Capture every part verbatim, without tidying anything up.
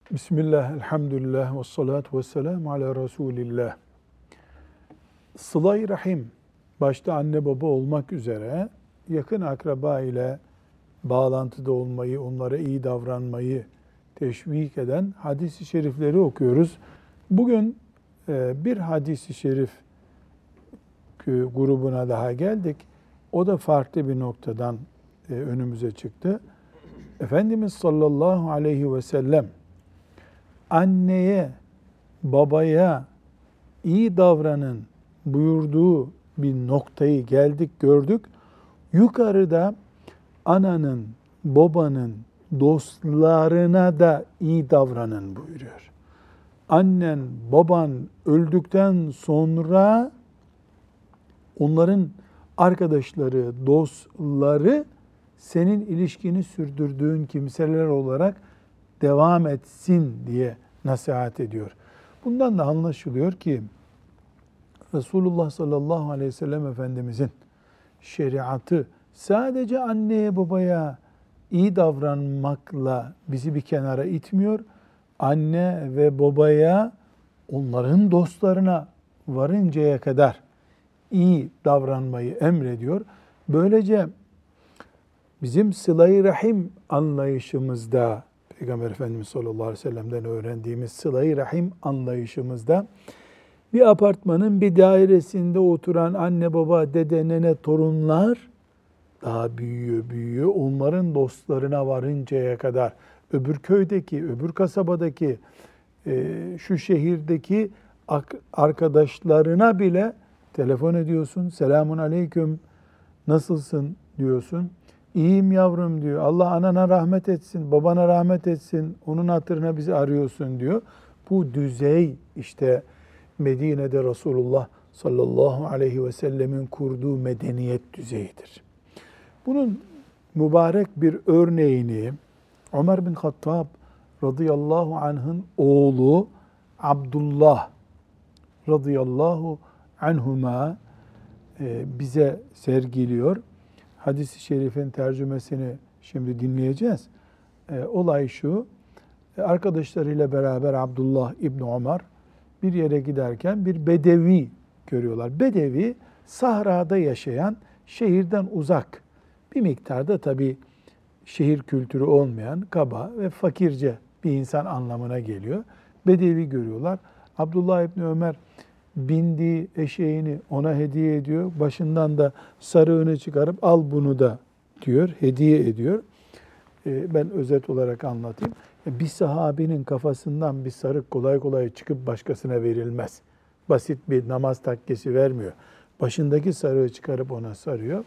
Bismillah, elhamdülillah, ve salatu ve selamu ala Resulillah. Sıla-i Rahim, başta anne baba olmak üzere yakın akraba ile bağlantıda olmayı, onlara iyi davranmayı teşvik eden hadis-i şerifleri okuyoruz. Bugün e, bir hadis-i şerif grubuna daha geldik. O da farklı bir noktadan e, önümüze çıktı. Efendimiz sallallahu aleyhi ve sellem anneye, babaya iyi davranın buyurduğu bir noktayı geldik, gördük. Yukarıda ananın, babanın, dostlarına da iyi davranın buyuruyor. Annen, baban öldükten sonra onların arkadaşları, dostları senin ilişkini sürdürdüğün kimseler olarak devam etsin diye nasihat ediyor. Bundan da anlaşılıyor ki Resulullah sallallahu aleyhi ve sellem Efendimizin şeriatı sadece anneye babaya iyi davranmakla bizi bir kenara itmiyor. Anne ve babaya, onların dostlarına varıncaya kadar iyi davranmayı emrediyor. Böylece bizim sıla-i rahim anlayışımızda, Peygamber Efendimiz sallallahu aleyhi ve sellem'den öğrendiğimiz sıla-i rahim anlayışımızda bir apartmanın bir dairesinde oturan anne, baba, dede, nene, torunlar daha büyüyor, büyüyor. Onların dostlarına varıncaya kadar öbür köydeki, öbür kasabadaki, şu şehirdeki arkadaşlarına bile telefon ediyorsun. Selamun aleyküm, nasılsın diyorsun. İyiyim yavrum diyor. Allah anana rahmet etsin, babana rahmet etsin. Onun hatırına bizi arıyorsun diyor. Bu düzey işte Medine'de Resulullah sallallahu aleyhi ve sellemin kurduğu medeniyet düzeyidir. Bunun mübarek bir örneğini Ömer bin Hattab radıyallahu anh'ın oğlu Abdullah radıyallahu anhuma bize sergiliyor. Hadis-i şerifin tercümesini şimdi dinleyeceğiz. E, olay şu, e, arkadaşlarıyla beraber Abdullah İbni Ömer bir yere giderken bir bedevi görüyorlar. Bedevi, sahrada yaşayan, şehirden uzak, bir miktarda tabii şehir kültürü olmayan, kaba ve fakirce bir insan anlamına geliyor. Bedevi görüyorlar. Abdullah İbni Ömer bindiği eşeğini ona hediye ediyor. Başından da sarığını çıkarıp al bunu da diyor, hediye ediyor. Ben özet olarak anlatayım. Bir sahabinin kafasından bir sarık kolay kolay çıkıp başkasına verilmez. Basit bir namaz takkesi vermiyor. Başındaki sarığı çıkarıp ona sarıyor.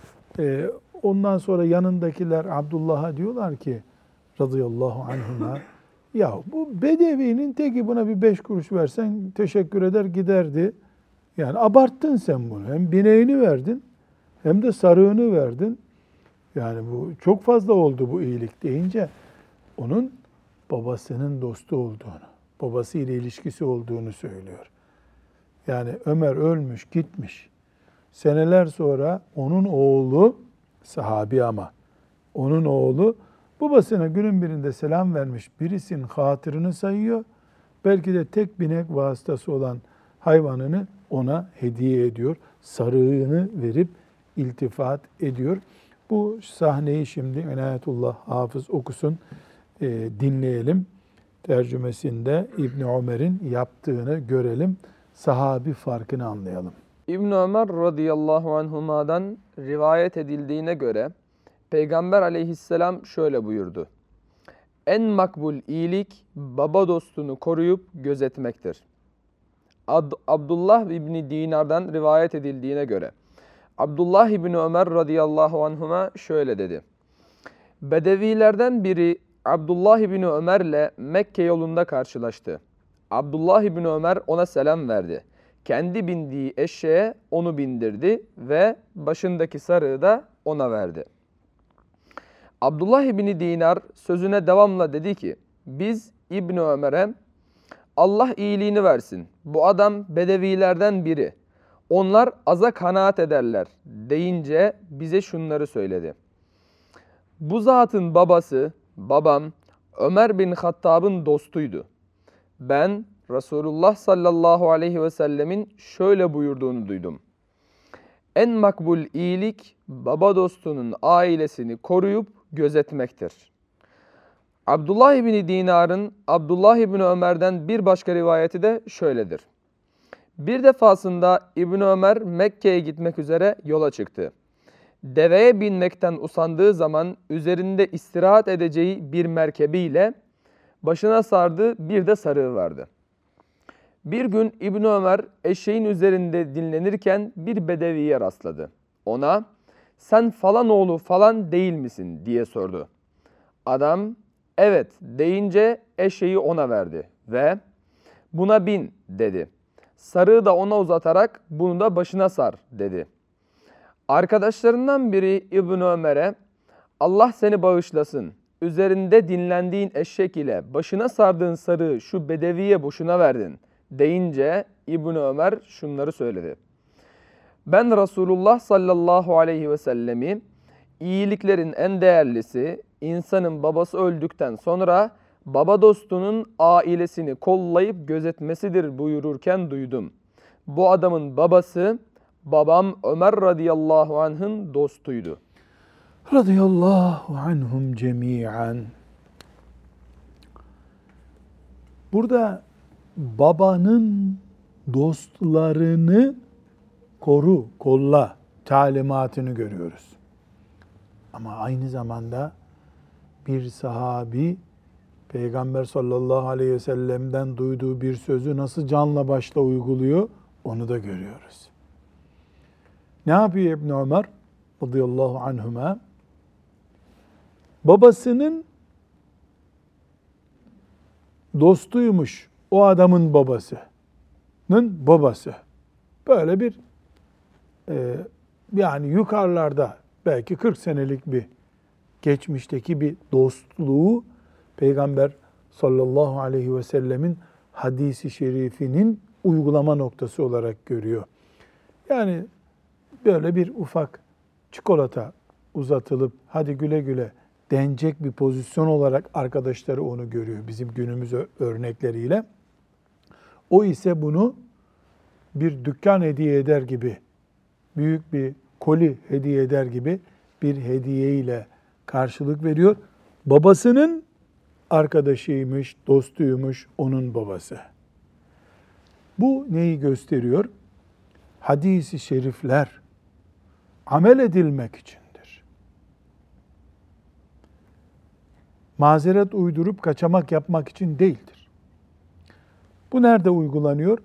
Ondan sonra yanındakiler Abdullah'a diyorlar ki radıyallahu anhuma, ya bu bedevinin teki, buna bir beş kuruş versen teşekkür eder giderdi. Yani abarttın sen bunu. Hem bineğini verdin hem de sarığını verdin. Yani bu çok fazla oldu bu iyilik deyince onun babasının dostu olduğunu, babasıyla ilişkisi olduğunu söylüyor. Yani Ömer ölmüş gitmiş. Seneler sonra onun oğlu, sahabi ama, onun oğlu babasına günün birinde selam vermiş birisinin hatırını sayıyor. Belki de tek binek vasıtası olan hayvanını ona hediye ediyor. Sarığını verip iltifat ediyor. Bu sahneyi şimdi İnayetullah Hafız okusun, e, dinleyelim. Tercümesinde İbn Ömer'in yaptığını görelim. Sahabi farkını anlayalım. İbn Ömer radıyallahu anhuma'dan rivayet edildiğine göre Peygamber aleyhisselam şöyle buyurdu. En makbul iyilik baba dostunu koruyup gözetmektir. Ad, Abdullah İbni Dinar'dan rivayet edildiğine göre Abdullah İbni Ömer radıyallahu anhuma şöyle dedi. Bedevilerden biri Abdullah İbni Ömer'le Mekke yolunda karşılaştı. Abdullah İbni Ömer ona selam verdi. Kendi bindiği eşeğe onu bindirdi ve başındaki sarığı da ona verdi. Abdullah İbni Dinar sözüne devamla dedi ki, biz İbni Ömer'e Allah iyiliğini versin, bu adam bedevilerden biri, onlar aza kanaat ederler deyince bize şunları söyledi. Bu zatın babası, babam, Ömer bin Hattab'ın dostuydu. Ben Resulullah sallallahu aleyhi ve sellemin şöyle buyurduğunu duydum. En makbul iyilik baba dostunun ailesini koruyup gözetmektir. Abdullah İbni Dinar'ın Abdullah İbni Ömer'den bir başka rivayeti de şöyledir. Bir defasında İbni Ömer Mekke'ye gitmek üzere yola çıktı. Deveye binmekten usandığı zaman üzerinde istirahat edeceği bir merkebiyle başına sardığı bir de sarığı vardı. Bir gün İbni Ömer eşeğin üzerinde dinlenirken bir bedeviye rastladı. Ona sen falan oğlu falan değil misin diye sordu. Adam evet deyince eşeği ona verdi ve buna bin dedi. Sarığı da ona uzatarak bunu da başına sar dedi. Arkadaşlarından biri İbni Ömer'e Allah seni bağışlasın. Üzerinde dinlendiğin eşek ile başına sardığın sarığı şu bedeviye boşuna verdin deyince İbni Ömer şunları söyledi. Ben Resulullah sallallahu aleyhi ve sellemi iyiliklerin en değerlisi insanın babası öldükten sonra baba dostunun ailesini kollayıp gözetmesidir buyururken duydum. Bu adamın babası babam Ömer radıyallahu anh'ın dostuydu. Radıyallahu anhum cemiyen. Burada babanın dostlarını koru, kolla talimatını görüyoruz. Ama aynı zamanda bir sahabi Peygamber sallallahu aleyhi ve sellem'den duyduğu bir sözü nasıl canla başla uyguluyor onu da görüyoruz. Ne yapıyor İbn Ömer radıyallahu anhuma? Babasının dostuymuş o adamın babasının babası. Böyle bir e, yani yukarılarda belki kırk senelik bir geçmişteki bir dostluğu Peygamber sallallahu aleyhi ve sellemin hadisi şerifinin uygulama noktası olarak görüyor. Yani böyle bir ufak çikolata uzatılıp hadi güle güle denecek bir pozisyon olarak arkadaşları onu görüyor bizim günümüz örnekleriyle. O ise bunu bir dükkan hediye eder gibi, büyük bir koli hediye eder gibi bir hediye ile karşılık veriyor. Babasının arkadaşıymış, dostuymuş onun babası. Bu neyi gösteriyor? Hadis-i şerifler amel edilmek içindir. Mazeret uydurup kaçamak yapmak için değildir. Bu nerede uygulanıyor?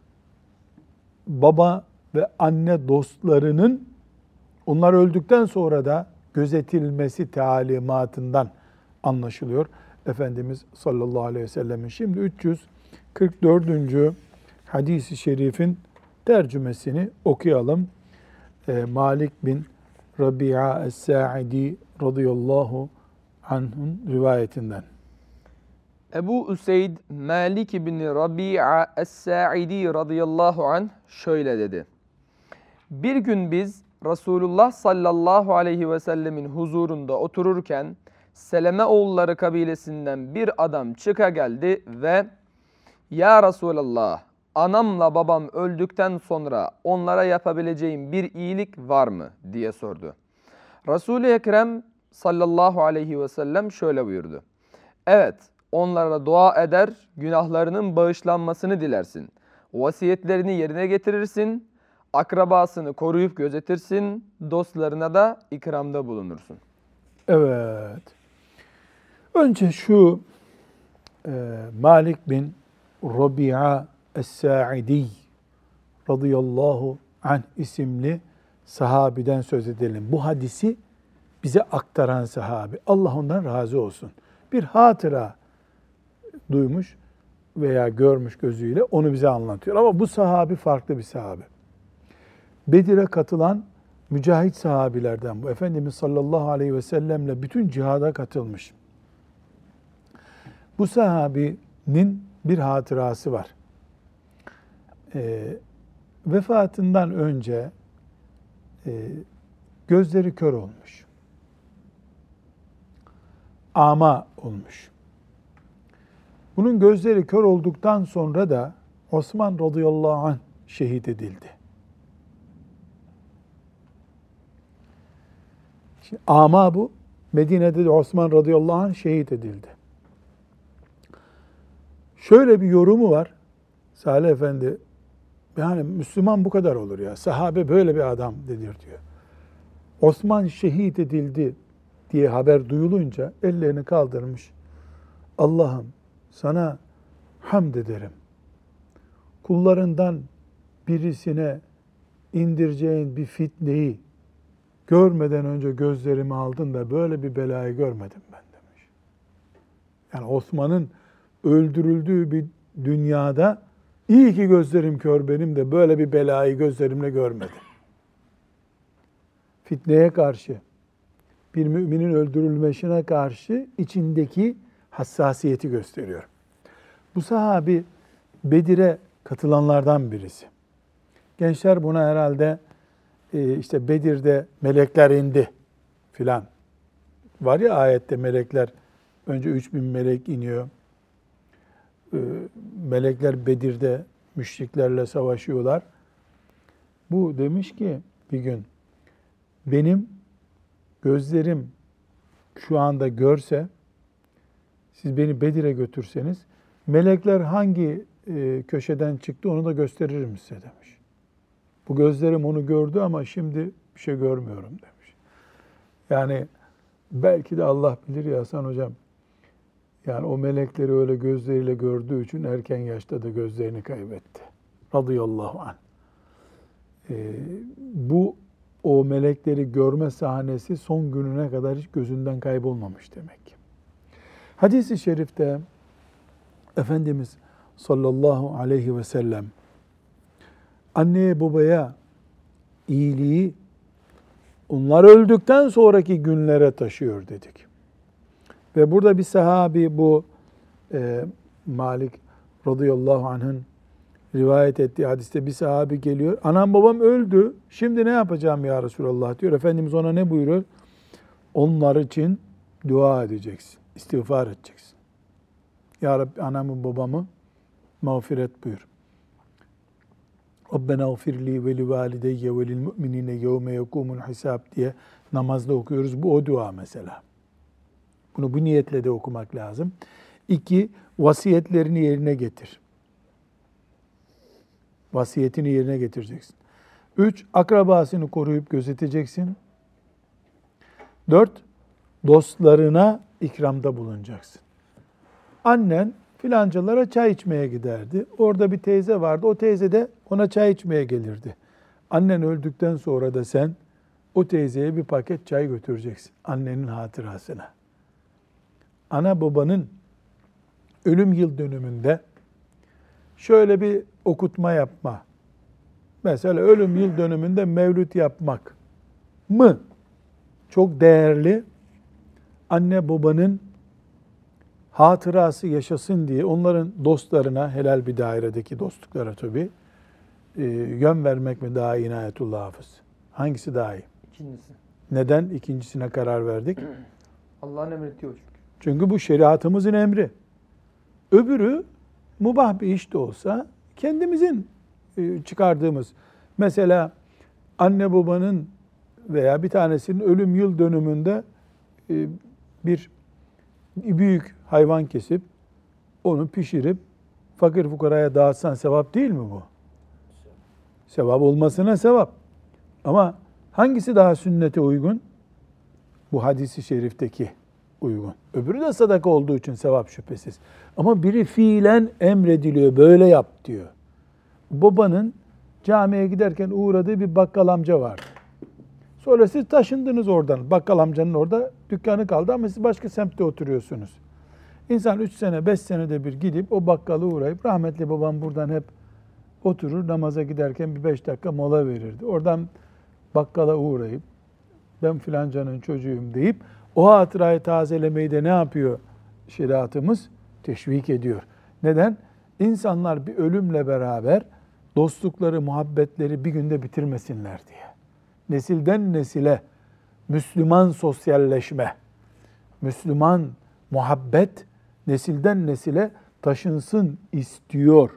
Baba ve anne dostlarının onlar öldükten sonra da gözetilmesi talimatından anlaşılıyor. Efendimiz sallallahu aleyhi ve sellemin. Şimdi üç yüz kırk dördüncü hadis-i şerifin tercümesini okuyalım. Ee, Malik bin Rabia es-Sa'idi radıyallahu anh'un rivayetinden. Ebu Üseyd Malik bin Rabia es-Sa'idi radıyallahu anh şöyle dedi. Bir gün biz Resulullah sallallahu aleyhi ve sellemin huzurunda otururken Seleme oğulları kabilesinden bir adam çıka geldi ve Ya Resulallah, anamla babam öldükten sonra onlara yapabileceğim bir iyilik var mı diye sordu. Resul-i Ekrem sallallahu aleyhi ve sellem şöyle buyurdu. Evet, onlara dua eder, günahlarının bağışlanmasını dilersin. Vasiyetlerini yerine getirirsin, akrabasını koruyup gözetirsin, dostlarına da ikramda bulunursun. Evet. Önce şu e, Malik bin Rabia es-Sa'idi radıyallahu anh isimli sahabiden söz edelim. Bu hadisi bize aktaran sahabi. Allah ondan razı olsun. Bir hatıra duymuş veya görmüş gözüyle onu bize anlatıyor. Ama bu sahabi farklı bir sahabi. Bedir'e katılan mücahit sahabilerden bu. Efendimiz sallallahu aleyhi ve sellemle bütün cihada katılmış. Bu sahabinin bir hatırası var. E, vefatından önce e, gözleri kör olmuş. Ama olmuş. Bunun gözleri kör olduktan sonra da Osman radıyallahu anh şehit edildi. Şimdi, ama bu Medine'de de Osman radıyallahu anh şehit edildi. Şöyle bir yorumu var. Salih Efendi, yani Müslüman bu kadar olur ya. Sahabe böyle bir adam dedir diyor. Osman şehit edildi diye haber duyulunca ellerini kaldırmış. Allah'ım sana hamd ederim. Kullarından birisine indireceğin bir fitneyi görmeden önce gözlerimi aldın da böyle bir belayı görmedim ben demiş. Yani Osman'ın öldürüldüğü bir dünyada iyi ki gözlerim kör benim de böyle bir belayı gözlerimle görmedim. Fitneye karşı, bir müminin öldürülmesine karşı içindeki hassasiyeti gösteriyor. Bu sahabi Bedir'e katılanlardan birisi. Gençler buna herhalde e, işte Bedir'de melekler indi filan. Var ya ayette melekler, önce üç bin melek iniyor. E, melekler Bedir'de müşriklerle savaşıyorlar. Bu demiş ki bir gün, benim gözlerim şu anda görse, siz beni Bedir'e götürseniz, melekler hangi e, köşeden çıktı onu da gösteririm size demiş. Bu gözlerim onu gördü ama şimdi bir şey görmüyorum demiş. Yani belki de Allah bilir ya Hasan Hocam, yani o melekleri öyle gözleriyle gördüğü için erken yaşta da gözlerini kaybetti. Radıyallahu anh. Ee, bu o melekleri görme sahnesi son gününe kadar hiç gözünden kaybolmamış demek ki. Hadis-i şerifte Efendimiz sallallahu aleyhi ve sellem anneye babaya iyiliği onlar öldükten sonraki günlere taşıyor dedik. Ve burada bir sahabi, bu e, Malik radıyallahu anh'ın rivayet ettiği hadiste bir sahabi geliyor. Anam babam öldü. Şimdi ne yapacağım ya Resulallah diyor. Efendimiz ona ne buyuruyor? Onlar için dua edeceksin. İstiğfar edeceksin. Ya Rabbi anamı babamı mağfiret buyur. Rabbena gfirli ve li valideyye ve lil mu'minine yevme yekumul hisab diye namazda okuyoruz. Bu o dua mesela. Bunu bu niyetle de okumak lazım. İki, vasiyetlerini yerine getir. Vasiyetini yerine getireceksin. Üç, akrabasını koruyup gözeteceksin. Dört, dostlarına ikramda bulunacaksın. Annen filancalara çay içmeye giderdi. Orada bir teyze vardı. O teyze de ona çay içmeye gelirdi. Annen öldükten sonra da sen o teyzeye bir paket çay götüreceksin. Annenin hatırasına. Ana babanın ölüm yıl dönümünde şöyle bir okutma yapma. Mesela ölüm yıl dönümünde mevlüt yapmak mı? Çok değerli. Anne babanın hatırası yaşasın diye onların dostlarına, helal bir dairedeki dostluklara tabii, e, yön vermek mi daha iyi inayetullah hafız? Hangisi daha iyi? İkincisi. Neden ikincisine karar verdik? Allah'ın emrettiği o çünkü. Çünkü bu şeriatımızın emri. Öbürü mubah bir iş de olsa kendimizin e, çıkardığımız. Mesela anne babanın veya bir tanesinin ölüm yıl dönümünde e, bir büyük hayvan kesip onu pişirip fakir fukaraya dağıtsan sevap değil mi bu? Sevap olmasına sevap. Ama hangisi daha sünnete uygun? Bu hadisi şerifteki uygun. Öbürü de sadaka olduğu için sevap şüphesiz. Ama biri fiilen emrediliyor, böyle yap diyor. Babanın camiye giderken uğradığı bir bakkal amca var. Sonra siz taşındınız oradan. Bakkal amcanın orada dükkanı kaldı ama siz başka semtte oturuyorsunuz. İnsan üç sene, beş senede bir gidip o bakkala uğrayıp, rahmetli babam buradan hep oturur, namaza giderken bir beş dakika mola verirdi. Oradan bakkala uğrayıp, ben filancanın çocuğuyum deyip, o hatırayı tazelemeyi de ne yapıyor şeriatımız? Teşvik ediyor. Neden? İnsanlar bir ölümle beraber dostlukları, muhabbetleri bir günde bitirmesinler diye. Nesilden nesile Müslüman sosyalleşme, Müslüman muhabbet nesilden nesile taşınsın istiyor.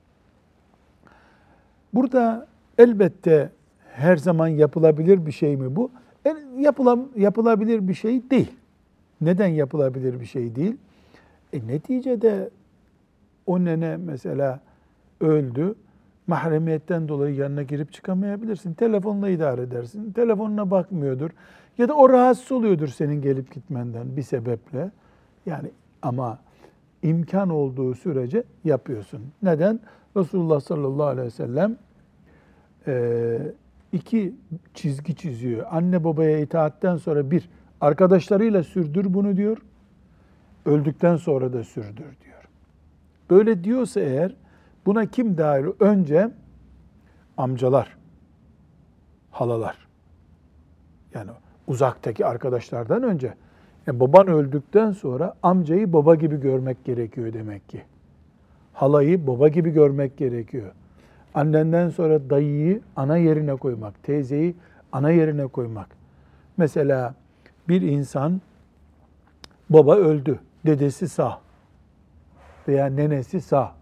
Burada elbette her zaman yapılabilir bir şey mi bu? Yapılam, yapılabilir bir şey değil. Neden yapılabilir bir şey değil? E neticede o nene mesela öldü. Mahremiyetten dolayı yanına girip çıkamayabilirsin. Telefonla idare edersin. Telefonuna bakmıyordur. Ya da o rahatsız oluyordur senin gelip gitmenden bir sebeple. Yani ama imkan olduğu sürece yapıyorsun. Neden? Resulullah sallallahu aleyhi ve sellem e, iki çizgi çiziyor. Anne babaya itaatten sonra bir, arkadaşlarıyla sürdür bunu diyor. Öldükten sonra da sürdür diyor. Böyle diyorsa eğer buna kim dahil? Önce amcalar, halalar. Yani uzaktaki arkadaşlardan önce. Yani baban öldükten sonra amcayı baba gibi görmek gerekiyor demek ki. Halayı baba gibi görmek gerekiyor. Annenden sonra dayıyı ana yerine koymak, teyzeyi ana yerine koymak. Mesela bir insan baba öldü, dedesi sağ veya nenesi sağ.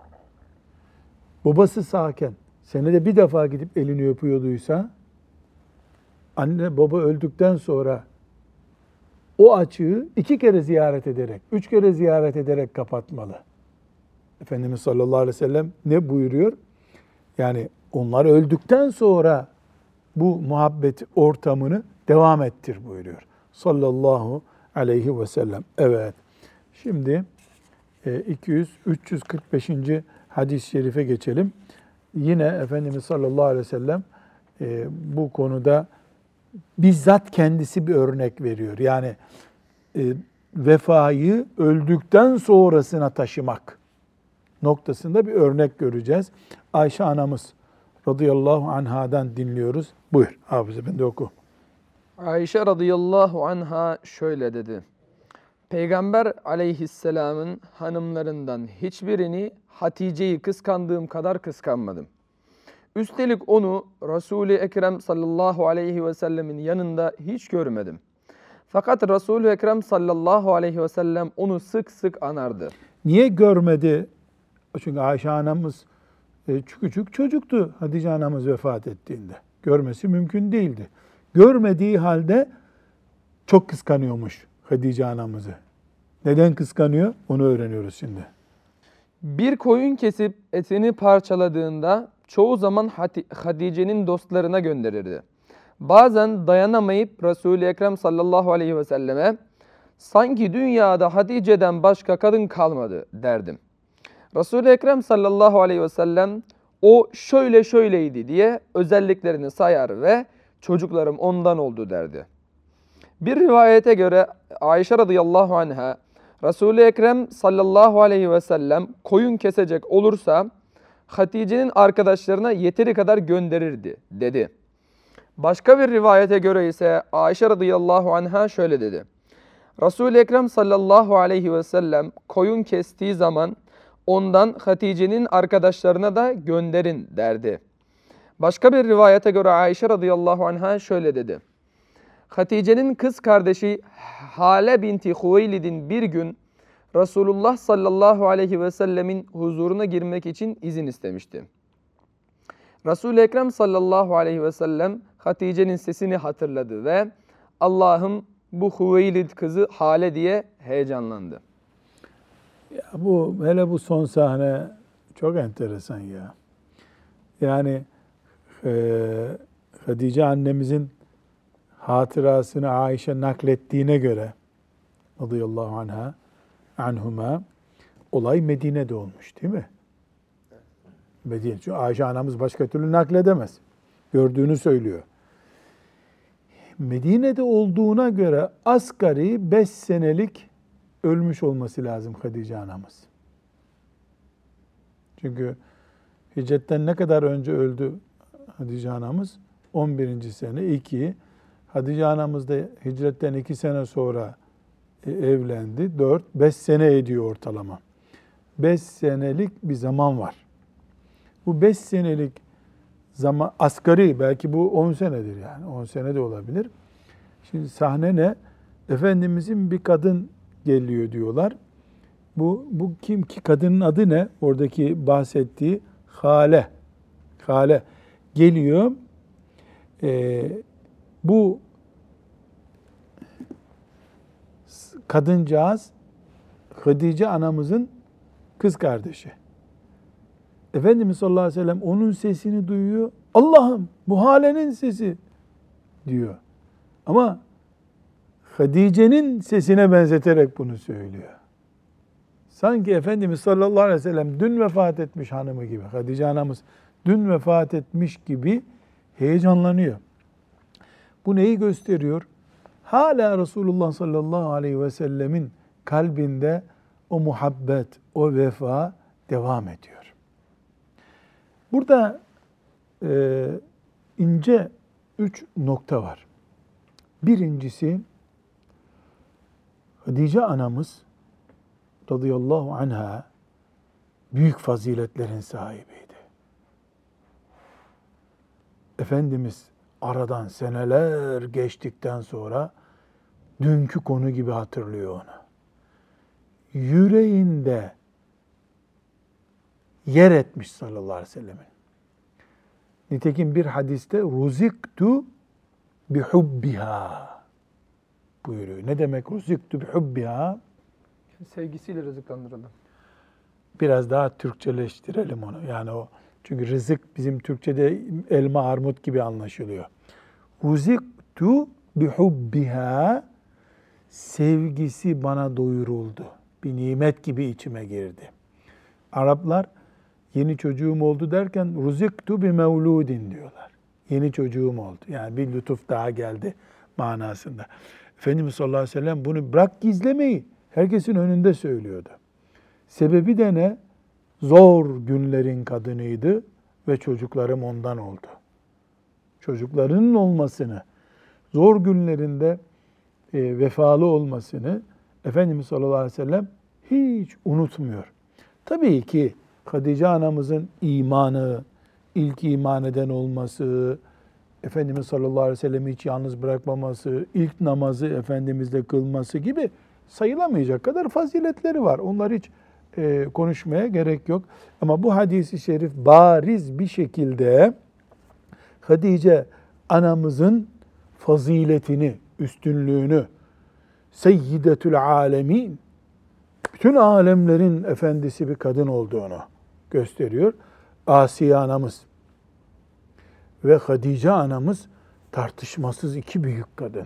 Babası sağken senede bir defa gidip elini öpüyorduysa, anne baba öldükten sonra o açığı iki kere ziyaret ederek, üç kere ziyaret ederek kapatmalı. Efendimiz sallallahu aleyhi ve sellem ne buyuruyor? Yani onlar öldükten sonra bu muhabbet ortamını devam ettir buyuruyor. Sallallahu aleyhi ve sellem. Evet. Şimdi iki yüz üç yüz kırk beşinci hadis-i şerife geçelim. Yine Efendimiz sallallahu aleyhi ve sellem bu konuda bizzat kendisi bir örnek veriyor. Yani vefayı öldükten sonrasına taşımak noktasında bir örnek göreceğiz. Ayşe anamız radıyallahu anhadan dinliyoruz. Buyur Hafız Efendi oku. Ayşe radıyallahu anha şöyle dedi. Peygamber aleyhisselamın hanımlarından hiçbirini Hatice'yi kıskandığım kadar kıskanmadım. Üstelik onu Resul-i Ekrem sallallahu aleyhi ve sellemin yanında hiç görmedim. Fakat Resul-i Ekrem sallallahu aleyhi ve sellem onu sık sık anardı. Niye görmedi? Çünkü Ayşe anamız küçük çocuktu Hatice anamız vefat ettiğinde. Görmesi mümkün değildi. Görmediği halde çok kıskanıyormuş Hatice anamızı. Neden kıskanıyor? Onu öğreniyoruz şimdi. Bir koyun kesip etini parçaladığında çoğu zaman Hatice'nin dostlarına gönderirdi. Bazen dayanamayıp Resul-i Ekrem sallallahu aleyhi ve selleme sanki dünyada Hatice'den başka kadın kalmadı derdim. Resul-i Ekrem sallallahu aleyhi ve sellem o şöyle şöyleydi diye özelliklerini sayar ve çocuklarım ondan oldu derdi. Bir rivayete göre Ayşe radıyallahu anha Resul-i Ekrem sallallahu aleyhi ve sellem koyun kesecek olursa Hatice'nin arkadaşlarına yeteri kadar gönderirdi dedi. Başka bir rivayete göre ise Ayşe radıyallahu anha şöyle dedi. Resul-i Ekrem sallallahu aleyhi ve sellem koyun kestiği zaman ondan Hatice'nin arkadaşlarına da gönderin derdi. Başka bir rivayete göre Ayşe radıyallahu anha şöyle dedi. Hatice'nin kız kardeşi Hale binti Huveylid'in bir gün Resulullah sallallahu aleyhi ve sellemin huzuruna girmek için izin istemişti. Resul-i Ekrem sallallahu aleyhi ve sellem Hatice'nin sesini hatırladı ve Allah'ım bu Huveylid kızı Hale diye heyecanlandı. Ya bu hele bu son sahne çok enteresan ya. Yani e, Hatice annemizin hatırasını Ayşe naklettiğine göre radıyallahu anha anhuma olay Medine'de olmuş değil mi? Medine. Çünkü Ayşe anamız başka türlü nakledemez. Gördüğünü söylüyor. Medine'de olduğuna göre asgari beş senelik ölmüş olması lazım Hatice anamız. Çünkü hicretten ne kadar önce öldü Hatice anamız? on birinci sene, iki. Hatice anamız da hicretten iki sene sonra evlendi. dört, beş sene ediyor ortalama. beş senelik bir zaman var. Bu beş senelik zaman asgari, belki bu on senedir yani. on sene de olabilir. Şimdi sahne ne? Efendimizin bir kadın geliyor diyorlar. Bu, bu kim ki? Kadının adı ne? Oradaki bahsettiği hale. Hale geliyor. Ee, bu kadıncağız Hatice anamızın kız kardeşi. Efendimiz sallallahu aleyhi ve sellem onun sesini duyuyor. Allah'ım bu Hale'nin sesi diyor. Ama Hatice'nin sesine benzeterek bunu söylüyor. Sanki Efendimiz sallallahu aleyhi ve sellem dün vefat etmiş hanımı gibi, Hatice anamız dün vefat etmiş gibi heyecanlanıyor. Bu neyi gösteriyor? Hala Resulullah sallallahu aleyhi ve sellemin kalbinde o muhabbet, o vefa devam ediyor. Burada e, ince üç nokta var. Birincisi, Hatice anamız radıyallahu anha büyük faziletlerin sahibiydi. Efendimiz aradan seneler geçtikten sonra dünkü konu gibi hatırlıyor onu. Yüreğinde yer etmiş sallallahu aleyhi ve sellemin. Nitekim bir hadiste ruziktu bihubbiha buyuruyor. Ne demek ruziktu bihubbiha? Sevgisiyle rızıklandırıldı. Biraz daha Türkçeleştirelim onu. Yani o çünkü rızık bizim Türkçe'de elma armut gibi anlaşılıyor. Ruziktu bihubbiha, sevgisi bana doyuruldu. Bir nimet gibi içime girdi. Araplar yeni çocuğum oldu derken ruziktu bi mevludin diyorlar. Yeni çocuğum oldu. Yani bir lütuf daha geldi manasında. Efendimiz sallallahu aleyhi ve sellem bunu bırak gizlemeyi herkesin önünde söylüyordu. Sebebi de ne? Zor günlerin kadınıydı ve çocuklarım ondan oldu. Çocuklarının olmasını, zor günlerinde e, vefalı olmasını Efendimiz sallallahu aleyhi ve sellem hiç unutmuyor. Tabii ki Hatice anamızın imanı, ilk iman eden olması, Efendimiz sallallahu aleyhi ve sellem'i hiç yalnız bırakmaması, ilk namazı Efendimiz'le kılması gibi sayılamayacak kadar faziletleri var. Onlar hiç e, konuşmaya gerek yok. Ama bu hadis-i şerif bariz bir şekilde Hatice anamızın faziletini, üstünlüğünü, seyyidetül alemin, bütün alemlerin efendisi bir kadın olduğunu gösteriyor. Asiye anamız ve Hatice anamız tartışmasız iki büyük kadın.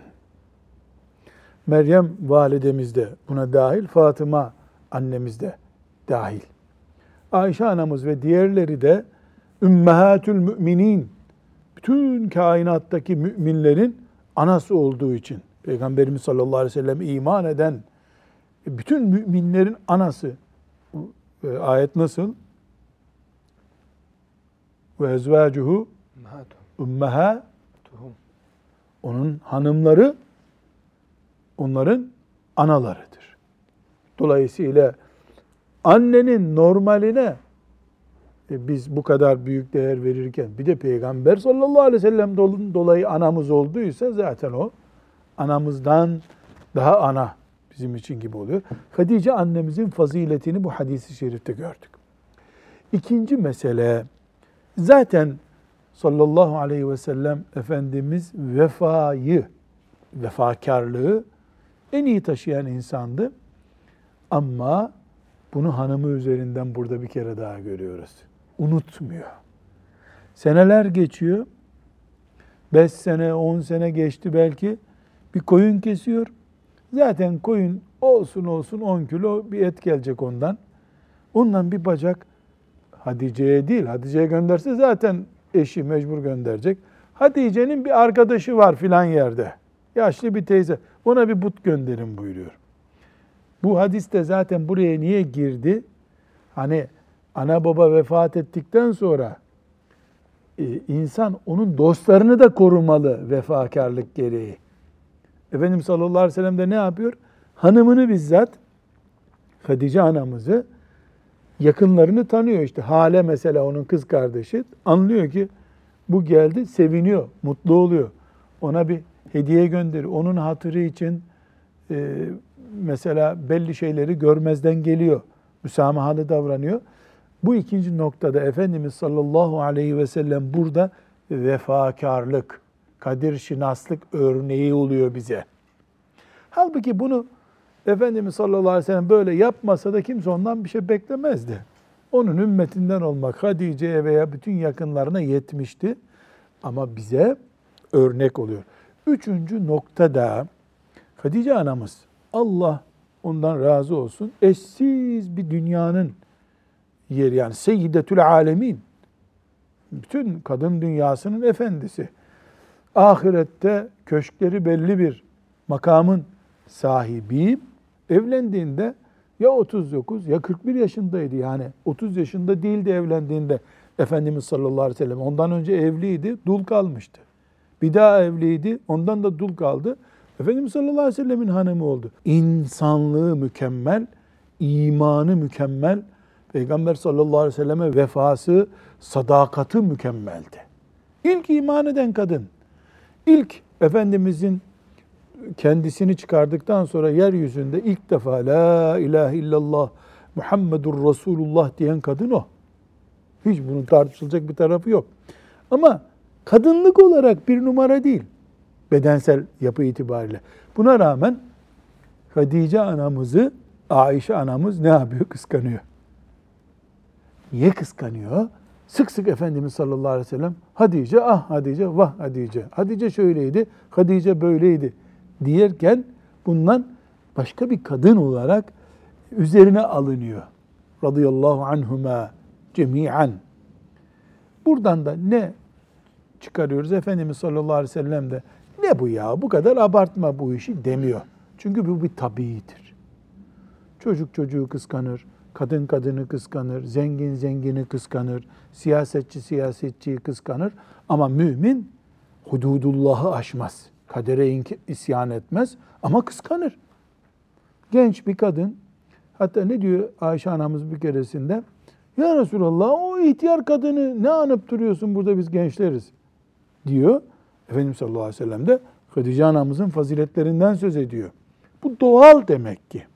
Meryem validemiz de buna dahil, Fatıma annemiz de dahil. Ayşe anamız ve diğerleri de ümmehatül müminin, bütün kainattaki müminlerin anası olduğu için, Peygamberimiz sallallahu aleyhi ve sellem iman eden bütün müminlerin anası. Ayet nasıl? Ve ezvacuhu ummehatuhum. Onun hanımları onların analarıdır. Dolayısıyla annenin normaline e, biz bu kadar büyük değer verirken bir de Peygamber sallallahu aleyhi ve sellem dolayı anamız olduysa zaten o anamızdan daha ana bizim için gibi oluyor. Hatice annemizin faziletini bu hadis-i şerifte gördük. İkinci mesele, zaten sallallahu aleyhi ve sellem Efendimiz vefayı, vefakarlığı en iyi taşıyan insandı. Ama bunu hanımı üzerinden burada bir kere daha görüyoruz. Unutmuyor. Seneler geçiyor. Beş sene, on sene geçti belki. Bir koyun kesiyor. Zaten koyun olsun olsun on kilo bir et gelecek ondan. Ondan bir bacak Hatice'ye değil. Hatice'ye gönderse zaten eşi mecbur gönderecek. Hatice'nin bir arkadaşı var filan yerde. Yaşlı bir teyze. Ona bir but gönderin buyuruyor. Bu hadis de zaten buraya niye girdi? Hani ana baba vefat ettikten sonra e, insan onun dostlarını da korumalı vefakarlık gereği. Efendimiz sallallahu aleyhi ve sellem de ne yapıyor? Hanımını bizzat, Hatice anamızı, yakınlarını tanıyor. İşte Hale mesela onun kız kardeşi. Anlıyor ki bu geldi, seviniyor, mutlu oluyor. Ona bir hediye gönderiyor. Onun hatırı için e, mesela belli şeyleri görmezden geliyor. Müsamahalı davranıyor. Bu ikinci noktada Efendimiz sallallahu aleyhi ve sellem burada vefakarlık, kadirşinaslık örneği oluyor bize. Halbuki bunu Efendimiz sallallahu aleyhi ve sellem böyle yapmasa da kimse ondan bir şey beklemezdi. Onun ümmetinden olmak Hatice'ye veya bütün yakınlarına yetmişti. Ama bize örnek oluyor. Üçüncü noktada Hatice anamız, Allah ondan razı olsun, eşsiz bir dünyanın yeri, yani Seyyidetül Alemin, bütün kadın dünyasının efendisi. Ahirette köşkleri belli bir makamın sahibi, evlendiğinde ya otuz dokuz ya kırk bir yaşındaydı, yani otuz yaşında değildi evlendiğinde Efendimiz sallallahu aleyhi ve sellem. Ondan önce evliydi, dul kalmıştı. Bir daha evliydi, ondan da dul kaldı. Efendimiz sallallahu aleyhi ve sellemin hanımı oldu. İnsanlığı mükemmel, imanı mükemmel, Peygamber sallallahu aleyhi ve selleme vefası, sadakati mükemmeldi. İlk iman eden kadın, ilk Efendimizin kendisini çıkardıktan sonra yeryüzünde ilk defa La ilahe illallah Muhammedur Resulullah diyen kadın o. Hiç bunun tartışılacak bir tarafı yok. Ama kadınlık olarak bir numara değil, bedensel yapı itibariyle. Buna rağmen Hatice anamızı Ayşe anamız ne yapıyor? Kıskanıyor. Niye kıskanıyor? Sık sık Efendimiz sallallahu aleyhi ve sellem Hatice, ah Hatice, vah Hatice. Hatice şöyleydi, Hatice böyleydi diyerken bundan başka bir kadın olarak üzerine alınıyor. Radıyallahu anhuma cemi'an. Buradan da ne çıkarıyoruz? Efendimiz sallallahu aleyhi ve sellem de ne bu ya, bu kadar abartma bu işi demiyor. Çünkü bu bir tabiidir. Çocuk çocuğu kıskanır, kadın kadını kıskanır, zengin zengini kıskanır, siyasetçi siyasetçiyi kıskanır. Ama mümin hududullahı aşmaz, kadere isyan etmez ama kıskanır. Genç bir kadın, hatta ne diyor Ayşe anamız bir keresinde? Ya Resulallah, o ihtiyar kadını ne anıp duruyorsun, burada biz gençleriz diyor. Efendimiz sallallahu aleyhi ve sellem de Hatice anamızın faziletlerinden söz ediyor. Bu doğal demek ki.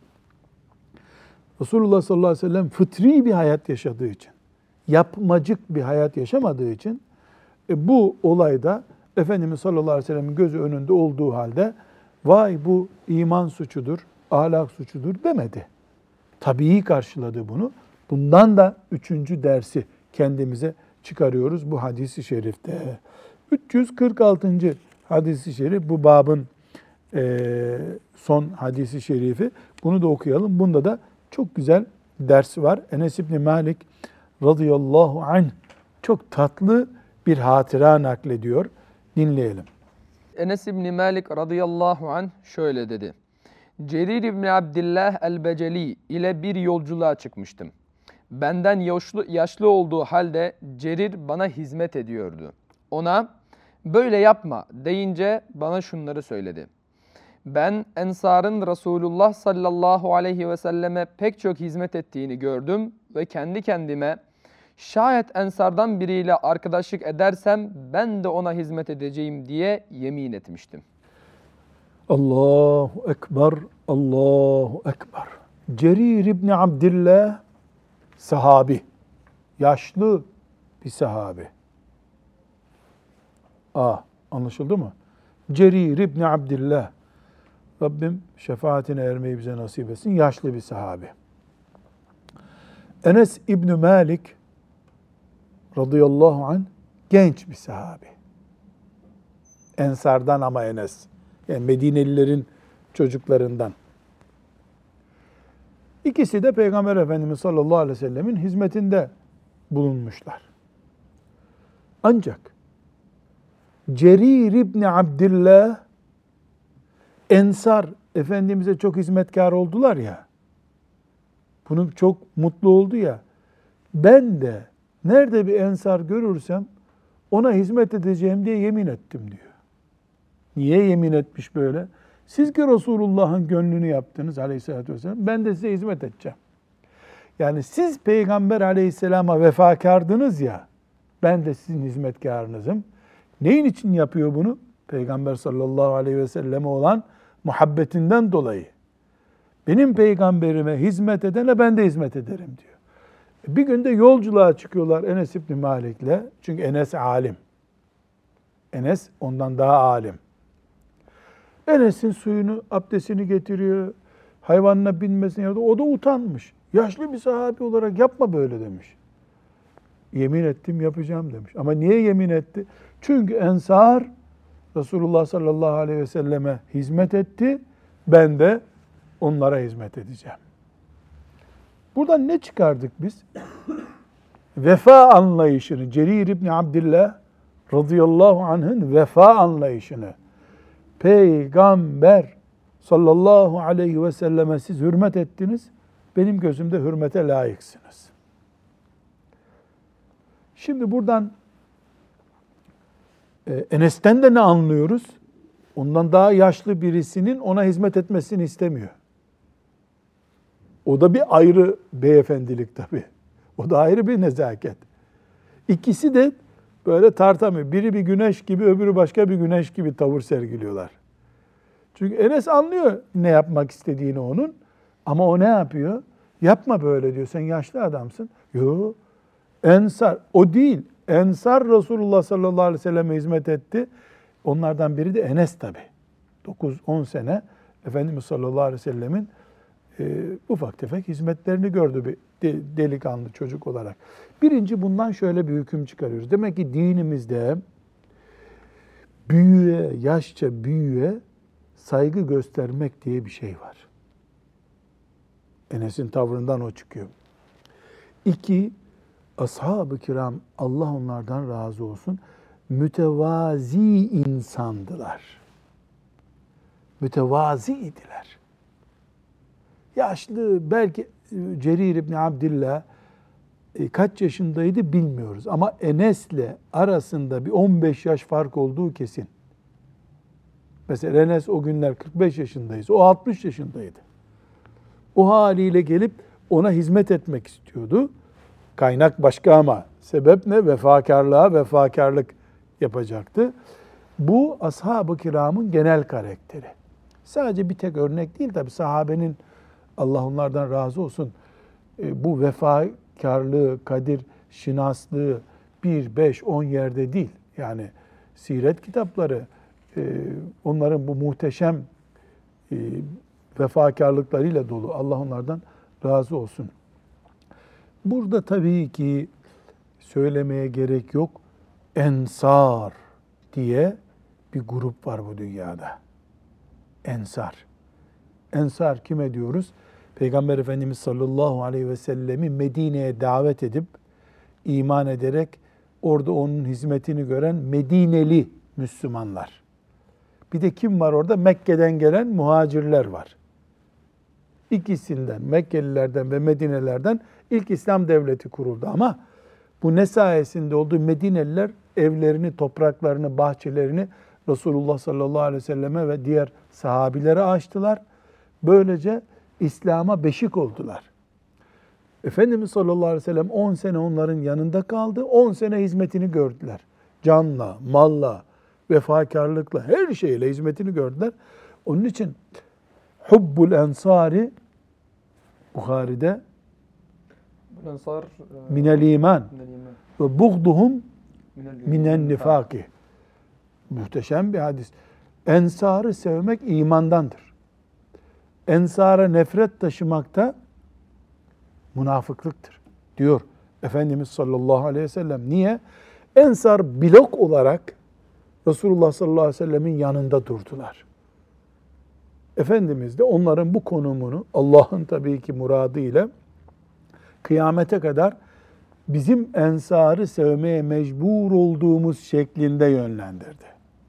Resulullah sallallahu aleyhi ve sellem fıtri bir hayat yaşadığı için, yapmacık bir hayat yaşamadığı için e, bu olayda Efendimiz sallallahu aleyhi ve sellem'in gözü önünde olduğu halde vay bu iman suçudur, ahlak suçudur demedi. Tabii karşıladı bunu. Bundan da üçüncü dersi kendimize çıkarıyoruz bu hadis-i şerifte. üç yüz kırk altıncı hadis-i şerif bu babın e, son hadis-i şerifi. Bunu da okuyalım. Bunda da çok güzel ders var. Enes İbni Malik radıyallahu anh çok tatlı bir hatıra naklediyor. Dinleyelim. Enes İbni Malik radıyallahu anh şöyle dedi. Cerir İbni Abdillah el-Beceli ile bir yolculuğa çıkmıştım. Benden yaşlı, yaşlı olduğu halde Cerir bana hizmet ediyordu. Ona böyle yapma deyince bana şunları söyledi. Ben Ensar'ın Resulullah sallallahu aleyhi ve selleme pek çok hizmet ettiğini gördüm ve kendi kendime şayet Ensar'dan biriyle arkadaşlık edersem ben de ona hizmet edeceğim diye yemin etmiştim. Allahu Ekber, Allahu Ekber. Cerir İbni Abdillah sahabi, yaşlı bir sahabi. Ah, anlaşıldı mı? Cerir İbni Abdillah, Rabbim şefaatine ermeyi bize nasip etsin, yaşlı bir sahabi. Enes İbni Malik radıyallahu anh genç bir sahabi. Ensardan ama Enes. Yani Medinelilerin çocuklarından. İkisi de Peygamber Efendimiz sallallahu aleyhi ve sellemin hizmetinde bulunmuşlar. Ancak Cerir İbni Abdillah, Ensar Efendimiz'e çok hizmetkar oldular ya, bunu çok mutlu oldu ya, ben de nerede bir Ensar görürsem ona hizmet edeceğim diye yemin ettim diyor. Niye yemin etmiş böyle? Siz ki Resulullah'ın gönlünü yaptınız aleyhissalatü vesselam, ben de size hizmet edeceğim. Yani siz Peygamber aleyhisselama vefakardınız ya, ben de sizin hizmetkarınızım. Neyin için yapıyor bunu? Peygamber sallallahu aleyhi ve selleme olan muhabbetinden dolayı. Benim peygamberime hizmet edene ben de hizmet ederim diyor. Bir günde yolculuğa çıkıyorlar Enes İbni Malik'le. Çünkü Enes alim. Enes ondan daha alim. Enes'in suyunu, abdestini getiriyor. Hayvanına binmesini yapıyor. O da utanmış. Yaşlı bir sahabi olarak yapma böyle demiş. Yemin ettim yapacağım demiş. Ama niye yemin etti? Çünkü Ensar Resulullah sallallahu aleyhi ve selleme hizmet etti. Ben de onlara hizmet edeceğim. Buradan ne çıkardık biz? Vefa anlayışını, Cerir İbni Abdillah radıyallahu anh'ın vefa anlayışını, Peygamber sallallahu aleyhi ve selleme siz hürmet ettiniz, benim gözümde hürmete layıksınız. Şimdi buradan e, Enes'ten de ne anlıyoruz? Ondan daha yaşlı birisinin ona hizmet etmesini istemiyor. O da bir ayrı beyefendilik tabii. O da ayrı bir nezaket. İkisi de böyle tartamıyor. Biri bir güneş gibi, öbürü başka bir güneş gibi tavır sergiliyorlar. Çünkü Enes anlıyor ne yapmak istediğini onun. Ama o ne yapıyor? Yapma böyle diyor. Sen yaşlı adamsın. Yok. Ensar. O değil. Ensar Resulullah sallallahu aleyhi ve selleme hizmet etti. Onlardan biri de Enes tabii. dokuz on sene Efendimiz sallallahu aleyhi ve sellemin e, ufak tefek hizmetlerini gördü bir de, delikanlı çocuk olarak. Birinci bundan şöyle bir hüküm çıkarıyoruz. Demek ki dinimizde büyüğe, yaşça büyüğe saygı göstermek diye bir şey var. Enes'in tavrından o çıkıyor. İki, ashab-ı kiram, Allah onlardan razı olsun, mütevazi insandılar. Mütevazi idiler. Yaşlı, belki Cerir İbni Abdillah e, kaç yaşındaydı bilmiyoruz. Ama Enes'le arasında bir on beş yaş fark olduğu kesin. Mesela Enes o günler kırk beş yaşındayız. O altmış yaşındaydı. O haliyle gelip ona hizmet etmek istiyordu. Kaynak başka ama sebep ne? Vefakarlığa vefakarlık yapacaktı. Bu ashab-ı kiramın genel karakteri. Sadece bir tek örnek değil tabi, sahabenin Allah onlardan razı olsun bu vefakarlığı, kadir şinaslığı bir, beş, on yerde değil. Yani siret kitapları onların bu muhteşem vefakarlıklarıyla dolu. Allah onlardan razı olsun. Burada tabii ki söylemeye gerek yok. Ensar diye bir grup var bu dünyada. Ensar. Ensar kime diyoruz? Peygamber Efendimiz sallallahu aleyhi ve sellemi Medine'ye davet edip iman ederek orada onun hizmetini gören Medineli Müslümanlar. Bir de kim var orada? Mekke'den gelen muhacirler var. İkisinden, Mekkelilerden ve Medinelerden ilk İslam devleti kuruldu ama bu ne sayesinde oldu? Medineliler evlerini, topraklarını, bahçelerini Resulullah sallallahu aleyhi ve selleme ve diğer sahabilere açtılar. Böylece İslam'a beşik oldular. Efendimiz sallallahu aleyhi ve sellem on sene onların yanında kaldı. on sene hizmetini gördüler. Canla, malla, vefakarlıkla, her şeyle hizmetini gördüler. Onun için hubbul ensari Buhari'de Ensar minel iman ve buğduhum minen nifaki. Muhteşem bir hadis. Ensarı sevmek imandandır. Ensara nefret taşımakta münafıklıktır diyor Efendimiz sallallahu aleyhi ve sellem. Niye? Ensar blok olarak Resulullah sallallahu aleyhi ve sellemin yanında durdular. Efendimiz de onların bu konumunu Allah'ın tabii ki muradıyla kıyamete kadar bizim ensarı sevmeye mecbur olduğumuz şeklinde yönlendirdi.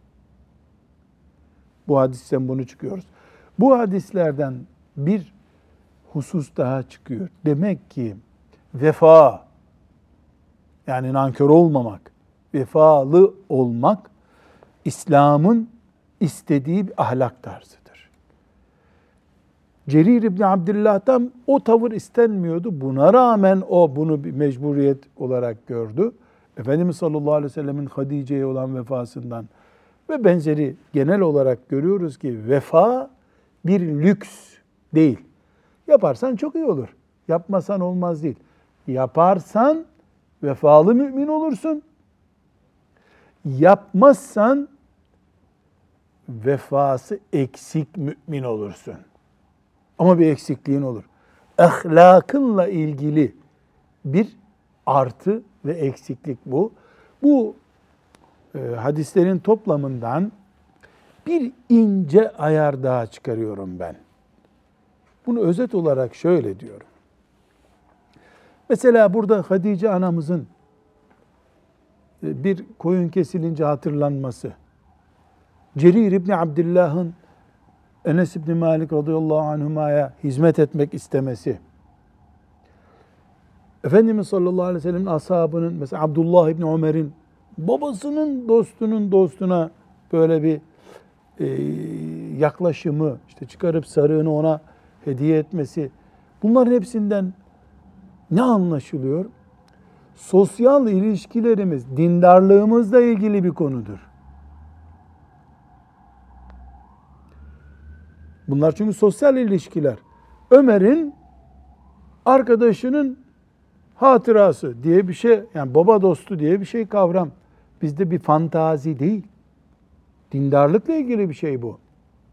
Bu hadisten bunu çıkıyoruz. Bu hadislerden bir husus daha çıkıyor. Demek ki vefa, yani nankör olmamak, vefalı olmak İslam'ın istediği bir ahlak tarzıdır. Cerir İbni Abdillah'tan o tavır istenmiyordu. Buna rağmen o bunu bir mecburiyet olarak gördü. Efendimiz sallallahu aleyhi ve sellemin Hadice'ye olan vefasından ve benzeri genel olarak görüyoruz ki vefa bir lüks değil. Yaparsan çok iyi olur. Yapmasan olmaz değil. Yaparsan vefalı mümin olursun. Yapmazsan vefası eksik mümin olursun. Ama bir eksikliğin olur. Ahlakınla ilgili bir artı ve eksiklik bu. Bu e, hadislerin toplamından bir ince ayar daha çıkarıyorum ben. Bunu özet olarak şöyle diyorum. Mesela burada Hatice anamızın bir koyun kesilince hatırlanması, Cerir İbni Abdillah'ın Enes İbni Malik radıyallahu anhuma'ya hizmet etmek istemesi, Efendimiz sallallahu aleyhi ve sellem'in ashabının, mesela Abdullah İbni Ömer'in babasının dostunun dostuna böyle bir e, yaklaşımı, işte çıkarıp sarığını ona hediye etmesi, bunların hepsinden ne anlaşılıyor? Sosyal ilişkilerimiz, dindarlığımızla ilgili bir konudur. Bunlar çünkü sosyal ilişkiler. Ömer'in arkadaşının hatırası diye bir şey, yani baba dostu diye bir şey kavram. Bizde bir fantazi değil. Dindarlıkla ilgili bir şey bu.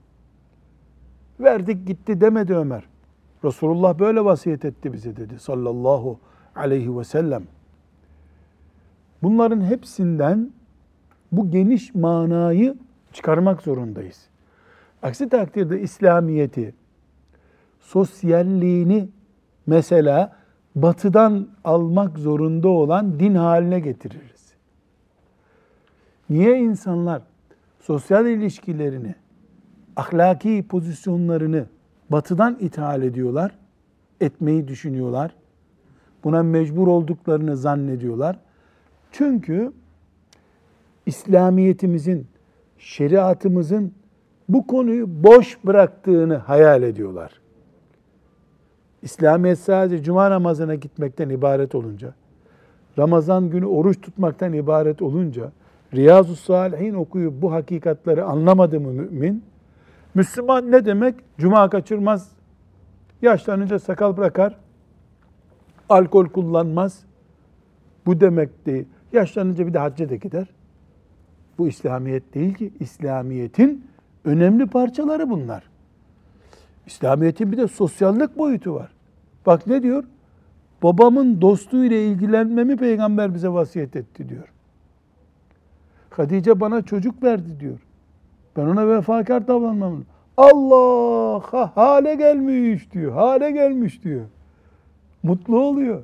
Verdik gitti demedi Ömer. Resulullah böyle vasiyet etti bize dedi sallallahu aleyhi ve sellem. Bunların hepsinden bu geniş manayı çıkarmak zorundayız. Aksi takdirde İslamiyeti, sosyalliğini mesela batıdan almak zorunda olan din haline getiririz. Niye insanlar sosyal ilişkilerini, ahlaki pozisyonlarını batıdan ithal ediyorlar, etmeyi düşünüyorlar? Buna mecbur olduklarını zannediyorlar. Çünkü İslamiyetimizin, şeriatımızın bu konuyu boş bıraktığını hayal ediyorlar. İslamiyet sadece cuma namazına gitmekten ibaret olunca, Ramazan günü oruç tutmaktan ibaret olunca, Riyazu Salihin okuyup bu hakikatleri anlamadı mı mümin? Müslüman ne demek? Cuma kaçırmaz, yaşlanınca sakal bırakar, alkol kullanmaz. Bu demek değil. Yaşlanınca bir de hacca da gider. Bu İslamiyet değil ki. İslamiyet'in önemli parçaları bunlar. İslamiyet'in bir de sosyallik boyutu var. Bak ne diyor? Babamın dostluğuyla ilgilenmemi Peygamber bize vasiyet etti diyor. Hatice bana çocuk verdi diyor. Ben ona vefakar davranmam. Allah hale gelmiş diyor. Hale gelmiş diyor. Mutlu oluyor.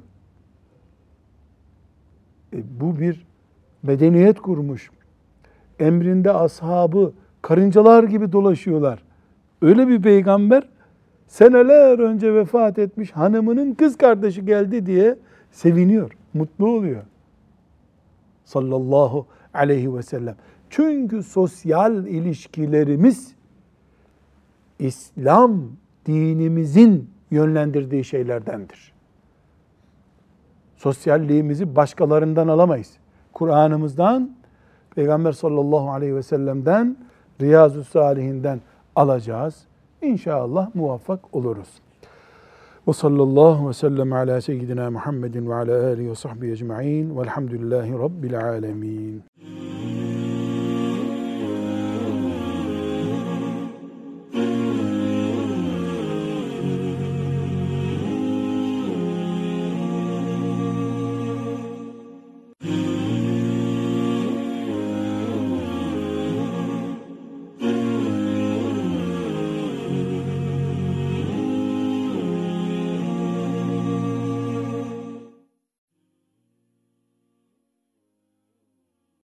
E, bu bir medeniyet kurmuş. Emrinde ashabı karıncalar gibi dolaşıyorlar. Öyle bir peygamber seneler önce vefat etmiş hanımının kız kardeşi geldi diye seviniyor, mutlu oluyor. Sallallahu aleyhi ve sellem. Çünkü sosyal ilişkilerimiz İslam dinimizin yönlendirdiği şeylerdendir. Sosyalliğimizi başkalarından alamayız. Kur'an'ımızdan, Peygamber sallallahu aleyhi ve sellem'den, Riyazu Salihinden alacağız. İnşallah muvaffak oluruz. Ve sallallahu ve sellem ala seyyidina Muhammedin ve ala alihi ve sahbihi ecma'in velhamdülillahi rabbil alemin.